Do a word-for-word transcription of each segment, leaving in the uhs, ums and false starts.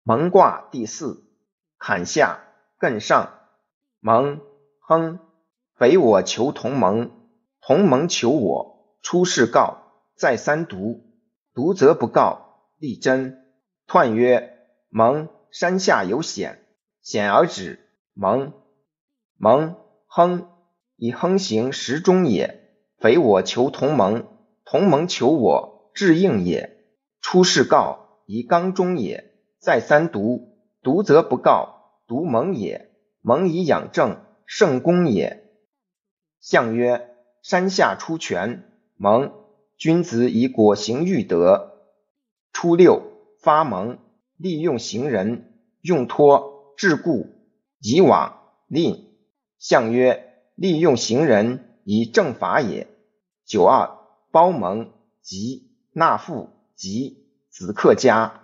蒙卦第四，坎下艮上。蒙，亨，匪我求同盟，同盟求我，出世告，再三读，读则不告，立贞。彖曰：蒙，山下有险，险而止。蒙，蒙，亨，以亨行时中也，匪我求同盟，同盟求我，至应也。出世告，以刚中也，再三读，读则不告，读蒙也，蒙以养正，圣公也。象曰：山下出泉。蒙，君子以果行育德。初六，发蒙，利用行人，用托，致故，以往，吝。象曰：利用行人，以正法也。九二，包蒙，吉，纳富，吉，子克家。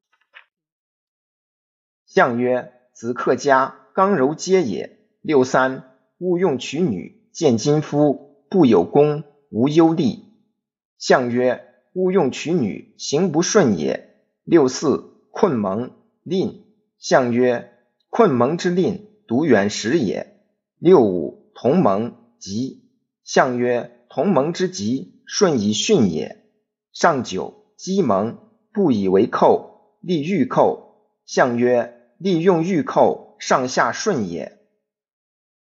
象曰：子克家，刚柔皆也。六三，勿用娶女，见金夫，不有功，无忧利。象曰：勿用娶女，行不顺也。六四，困蒙，吝。象曰：困蒙之吝，独远时也。六五，同蒙，吉。象曰：同蒙之吉，顺以训也。上九，箕蒙，不以为寇，利欲寇。象曰：利用欲寇，上下顺也。